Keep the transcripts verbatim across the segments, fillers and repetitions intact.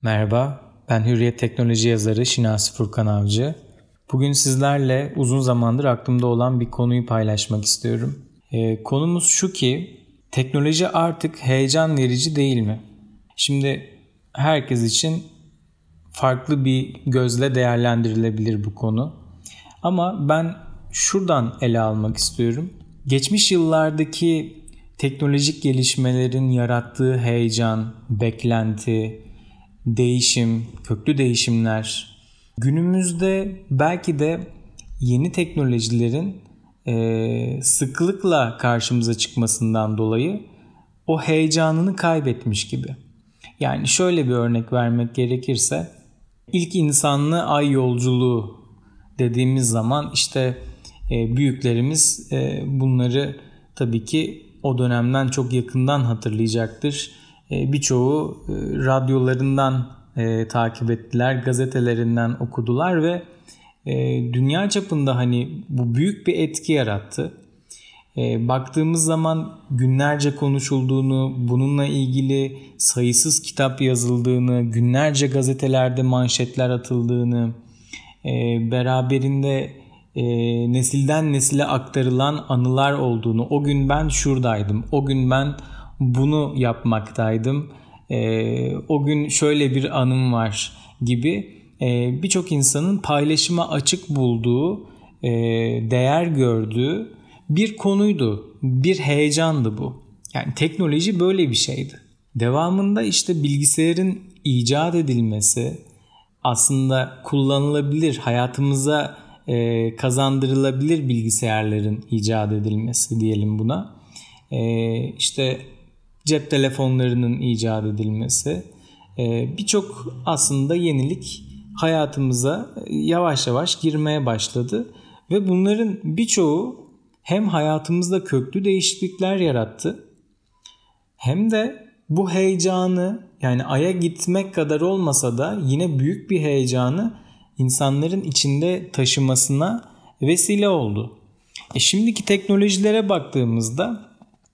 Merhaba, ben Hürriyet Teknoloji yazarı Şinasi Furkan Avcı. Bugün sizlerle uzun zamandır aklımda olan bir konuyu paylaşmak istiyorum. Ee, konumuz şu ki, teknoloji artık heyecan verici değil mi? Şimdi herkes için farklı bir gözle değerlendirilebilir bu konu. Ama ben şuradan ele almak istiyorum. Geçmiş yıllardaki teknolojik gelişmelerin yarattığı heyecan, beklenti, değişim, köklü değişimler, günümüzde belki de yeni teknolojilerin e, sıklıkla karşımıza çıkmasından dolayı o heyecanını kaybetmiş gibi. Yani şöyle bir örnek vermek gerekirse, ilk insanlı ay yolculuğu dediğimiz zaman işte e, büyüklerimiz e, bunları tabii ki o dönemden çok yakından hatırlayacaktır. E, birçoğu e, radyolarından e, takip ettiler, gazetelerinden okudular ve e, dünya çapında hani bu büyük bir etki yarattı. E, baktığımız zaman günlerce konuşulduğunu, bununla ilgili sayısız kitap yazıldığını, günlerce gazetelerde manşetler atıldığını, e, beraberinde e, nesilden nesile aktarılan anılar olduğunu, o gün ben şuradaydım, o gün ben bunu yapmaktaydım, e, o gün şöyle bir anım var gibi e, birçok insanın paylaşıma açık bulduğu, e, değer gördüğü bir konuydu, bir heyecandı bu. Yani teknoloji böyle bir şeydi. Devamında işte bilgisayarın icat edilmesi, aslında kullanılabilir, hayatımıza e, kazandırılabilir bilgisayarların icat edilmesi diyelim buna. E, işte cep telefonlarının icat edilmesi, e, birçok aslında yenilik hayatımıza yavaş yavaş girmeye başladı ve bunların birçoğu hem hayatımızda köklü değişiklikler yarattı, hem de bu heyecanı, yani Ay'a gitmek kadar olmasa da yine büyük bir heyecanı insanların içinde taşımasına vesile oldu. E şimdiki teknolojilere baktığımızda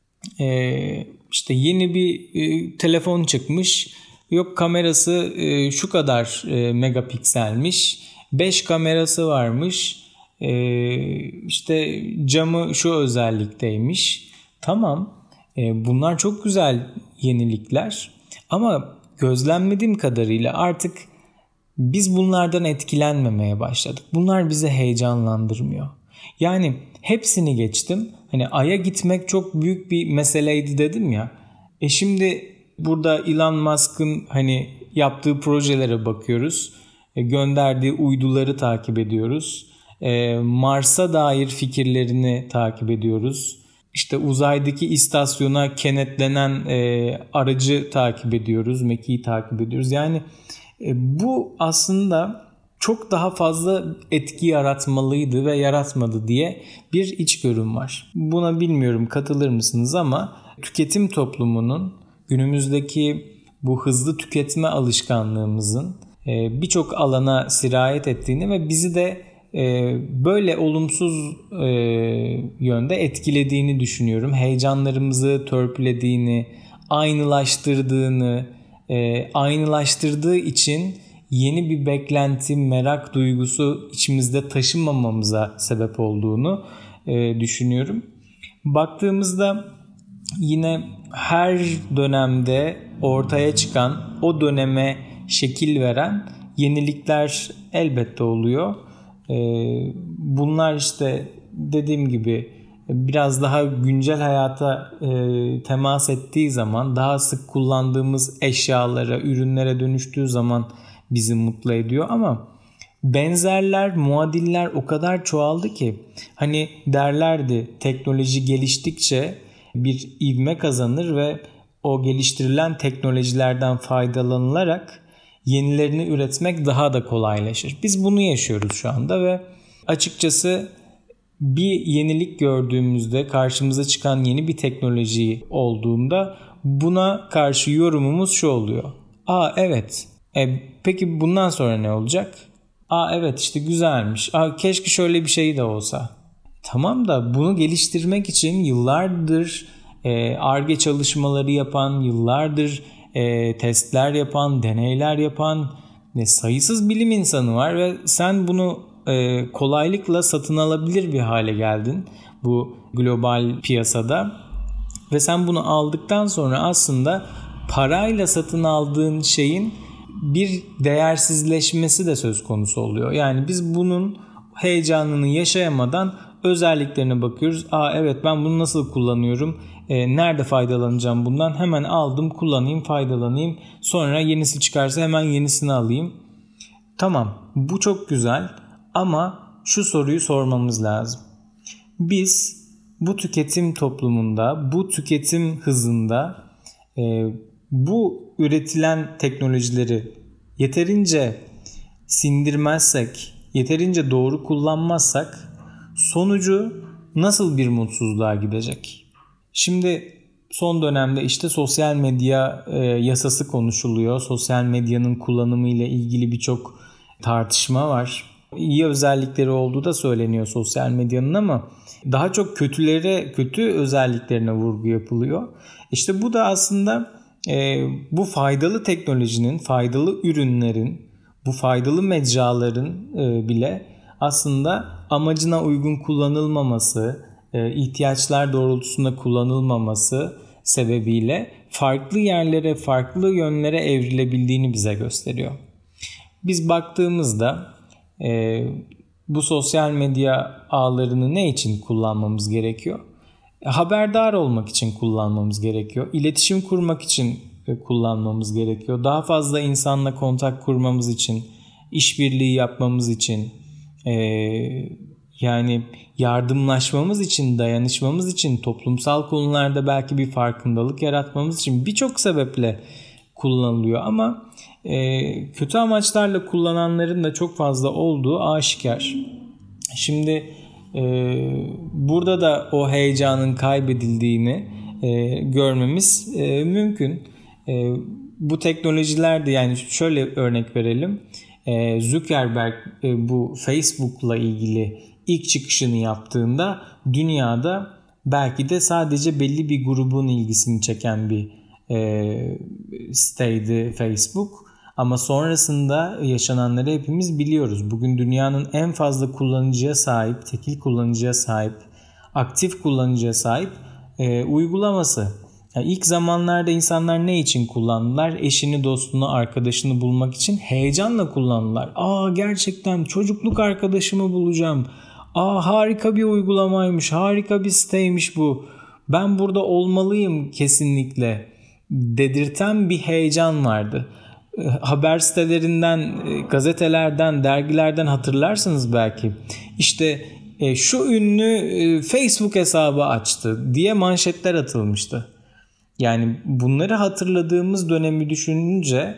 e, işte yeni bir e, telefon çıkmış, yok kamerası e, şu kadar e, megapikselmiş, beş kamerası varmış, e, işte camı şu özellikteymiş. Tamam, e, bunlar çok güzel yenilikler ama gözlemlediğim kadarıyla artık biz bunlardan etkilenmemeye başladık. Bunlar bizi heyecanlandırmıyor. Yani hepsini geçtim. Hani Ay'a gitmek çok büyük bir meseleydi dedim ya. E şimdi burada Elon Musk'ın hani yaptığı projelere bakıyoruz. E gönderdiği uyduları takip ediyoruz. E Mars'a dair fikirlerini takip ediyoruz. İşte uzaydaki istasyona kenetlenen e, aracı takip ediyoruz. Mekiği takip ediyoruz. Yani e, bu aslında çok daha fazla etki yaratmalıydı ve yaratmadı diye bir içgörüm var. Buna bilmiyorum katılır mısınız ama tüketim toplumunun, günümüzdeki bu hızlı tüketme alışkanlığımızın birçok alana sirayet ettiğini ve bizi de böyle olumsuz yönde etkilediğini düşünüyorum. Heyecanlarımızı törpülediğini, aynılaştırdığını, aynılaştırdığı için yeni bir beklenti, merak duygusu içimizde taşımamamıza sebep olduğunu e, düşünüyorum. Baktığımızda yine her dönemde ortaya çıkan, o döneme şekil veren yenilikler elbette oluyor. E, bunlar işte dediğim gibi biraz daha güncel hayata e, temas ettiği zaman, daha sık kullandığımız eşyalara, ürünlere dönüştüğü zaman bizi mutlu ediyor ama benzerler, muadiller o kadar çoğaldı ki hani derlerdi teknoloji geliştikçe bir ivme kazanır ve o geliştirilen teknolojilerden faydalanılarak yenilerini üretmek daha da kolaylaşır. Biz bunu yaşıyoruz şu anda ve açıkçası bir yenilik gördüğümüzde, karşımıza çıkan yeni bir teknoloji olduğunda buna karşı yorumumuz şu oluyor. Aa evet. E, peki bundan sonra ne olacak? Aa evet işte güzelmiş. Aa keşke şöyle bir şey de olsa. Tamam da bunu geliştirmek için yıllardır Ar-Ge çalışmaları yapan, yıllardır e, testler yapan, deneyler yapan ne sayısız bilim insanı var ve sen bunu e, kolaylıkla satın alabilir bir hale geldin bu global piyasada. Ve sen bunu aldıktan sonra aslında parayla satın aldığın şeyin bir değersizleşmesi de söz konusu oluyor. Yani biz bunun heyecanını yaşayamadan özelliklerine bakıyoruz. Aa evet, ben bunu nasıl kullanıyorum? E, nerede faydalanacağım bundan? Hemen aldım, kullanayım, faydalanayım. Sonra yenisi çıkarsa hemen yenisini alayım. Tamam, bu çok güzel ama şu soruyu sormamız lazım. Biz bu tüketim toplumunda, bu tüketim hızında e, bu üretilen teknolojileri yeterince sindirmezsek, yeterince doğru kullanmazsak sonucu nasıl bir mutsuzluğa gidecek? Şimdi son dönemde işte sosyal medya e, yasası konuşuluyor. Sosyal medyanın kullanımı ile ilgili birçok tartışma var. İyi özellikleri olduğu da söyleniyor sosyal medyanın ama daha çok kötülere, kötü özelliklerine vurgu yapılıyor. İşte bu da aslında e, bu faydalı teknolojinin, faydalı ürünlerin, bu faydalı mecraların e, bile aslında amacına uygun kullanılmaması, e, ihtiyaçlar doğrultusunda kullanılmaması sebebiyle farklı yerlere, farklı yönlere evrilebildiğini bize gösteriyor. Biz baktığımızda e, bu sosyal medya ağlarını ne için kullanmamız gerekiyor? Haberdar olmak için kullanmamız gerekiyor. İletişim kurmak için kullanmamız gerekiyor. Daha fazla insanla kontak kurmamız için, işbirliği yapmamız için, e, yani yardımlaşmamız için, dayanışmamız için, toplumsal konularda belki bir farkındalık yaratmamız için birçok sebeple kullanılıyor. Ama e, kötü amaçlarla kullananların da çok fazla olduğu aşikar. Şimdi e, burada da o heyecanın kaybedildiğini e, görmemiz e, mümkün. E, bu teknolojilerde, yani şöyle örnek verelim. E, Zuckerberg e, bu Facebook'la ilgili ilk çıkışını yaptığında dünyada belki de sadece belli bir grubun ilgisini çeken bir e, siteydi Facebook. Ama sonrasında yaşananları hepimiz biliyoruz. Bugün dünyanın en fazla kullanıcıya sahip, tekil kullanıcıya sahip, aktif kullanıcıya sahip e, uygulaması. Yani ilk zamanlarda insanlar ne için kullandılar? Eşini, dostunu, arkadaşını bulmak için heyecanla kullandılar. Aa, gerçekten çocukluk arkadaşımı bulacağım. Aa, harika bir uygulamaymış, harika bir siteymiş bu. Ben burada olmalıyım kesinlikle dedirten bir heyecan vardı. Haber sitelerinden, gazetelerden, dergilerden hatırlarsınız belki. İşte şu ünlü Facebook hesabı açtı diye manşetler atılmıştı. Yani bunları hatırladığımız dönemi düşününce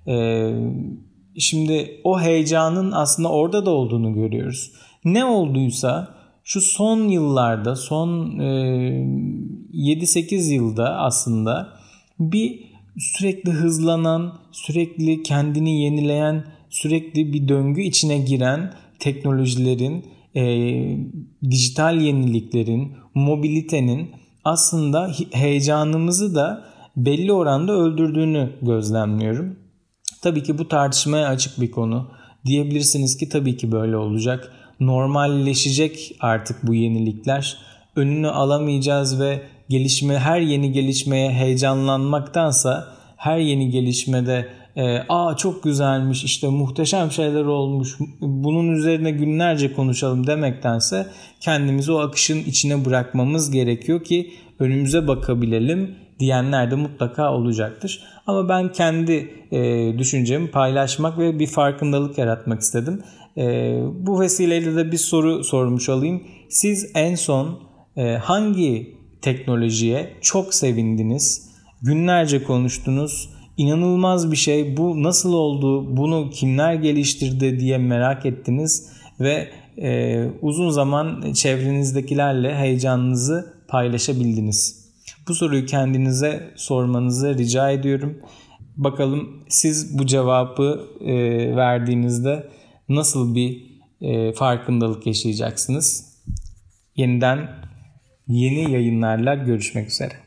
şimdi o heyecanın aslında orada da olduğunu görüyoruz. Ne olduysa şu son yıllarda, son yedi sekiz yılda aslında bir sürekli hızlanan, sürekli kendini yenileyen, sürekli bir döngü içine giren teknolojilerin, e, dijital yeniliklerin, mobilitenin aslında heyecanımızı da belli oranda öldürdüğünü gözlemliyorum. Tabii ki bu tartışmaya açık bir konu. Diyebilirsiniz ki tabii ki böyle olacak. Normalleşecek artık bu yenilikler. Önünü alamayacağız ve gelişme, her yeni gelişmeye heyecanlanmaktansa her yeni gelişmede e, aa çok güzelmiş, işte muhteşem şeyler olmuş, bunun üzerine günlerce konuşalım demektense kendimizi o akışın içine bırakmamız gerekiyor ki önümüze bakabilelim diyenler de mutlaka olacaktır. Ama ben kendi e, düşüncemi paylaşmak ve bir farkındalık yaratmak istedim. E, bu vesileyle de bir soru sormuş olayım. Siz en son e, hangi teknolojiye çok sevindiniz? Günlerce konuştunuz. İnanılmaz bir şey. Bu nasıl oldu? Bunu kimler geliştirdi diye merak ettiniz ve e, uzun zaman çevrenizdekilerle heyecanınızı paylaşabildiniz. Bu soruyu kendinize sormanızı rica ediyorum. Bakalım siz bu cevabı e, verdiğinizde nasıl bir e, farkındalık yaşayacaksınız? Yeniden yeni yayınlarla görüşmek üzere.